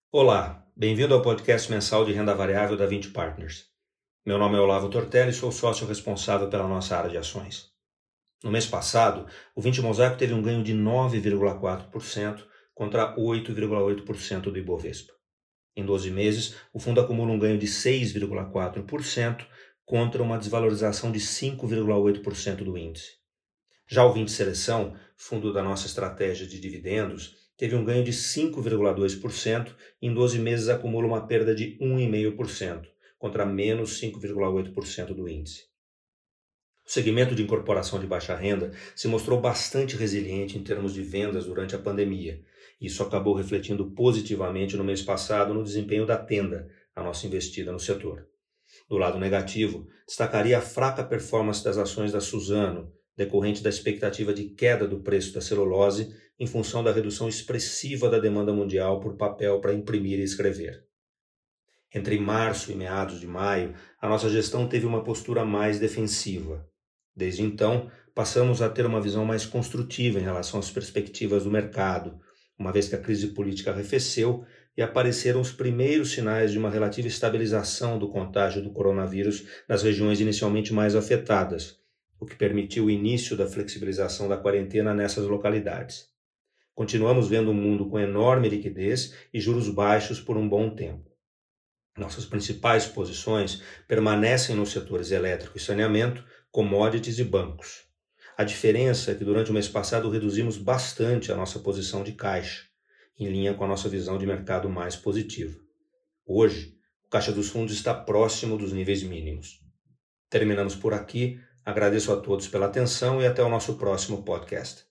Olá, bem-vindo ao podcast mensal de renda variável da Vinci Partners. Meu nome é Olavo Tortelli e sou sócio responsável pela nossa área de ações. No mês passado, o Vinci Mosaico teve um ganho de 9,4% contra 8,8% do Ibovespa. Em 12 meses, o fundo acumula um ganho de 6,4% contra uma desvalorização de 5,8% do índice. Já o Vinci Seleção, fundo da nossa estratégia de dividendos, teve um ganho de 5,2% e em 12 meses acumula uma perda de 1,5%, contra menos 5,8% do índice. O segmento de incorporação de baixa renda se mostrou bastante resiliente em termos de vendas durante a pandemia. Isso acabou refletindo positivamente no mês passado no desempenho da Tenda, a nossa investida no setor. Do lado negativo, destacaria a fraca performance das ações da Suzano, decorrente da expectativa de queda do preço da celulose em função da redução expressiva da demanda mundial por papel para imprimir e escrever. Entre março e meados de maio, a nossa gestão teve uma postura mais defensiva. Desde então, passamos a ter uma visão mais construtiva em relação às perspectivas do mercado, uma vez que a crise política arrefeceu e apareceram os primeiros sinais de uma relativa estabilização do contágio do coronavírus nas regiões inicialmente mais afetadas, o que permitiu o início da flexibilização da quarentena nessas localidades. Continuamos vendo um mundo com enorme liquidez e juros baixos por um bom tempo. Nossas principais posições permanecem nos setores elétrico e saneamento, commodities e bancos. A diferença é que durante o mês passado reduzimos bastante a nossa posição de caixa, em linha com a nossa visão de mercado mais positiva. Hoje, o caixa dos fundos está próximo dos níveis mínimos. Terminamos por aqui. Agradeço a todos pela atenção e até o nosso próximo podcast.